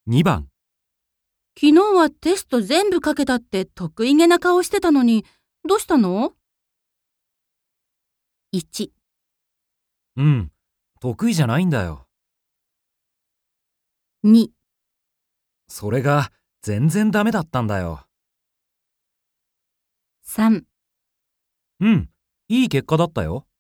2番。 昨日はテスト全部書けたって得意げな顔してたのに、どうしたの？ 1、 うん、得意じゃないんだよ。 2、 それが全然ダメだったんだよ。 3。 うん、いい結果だったよ。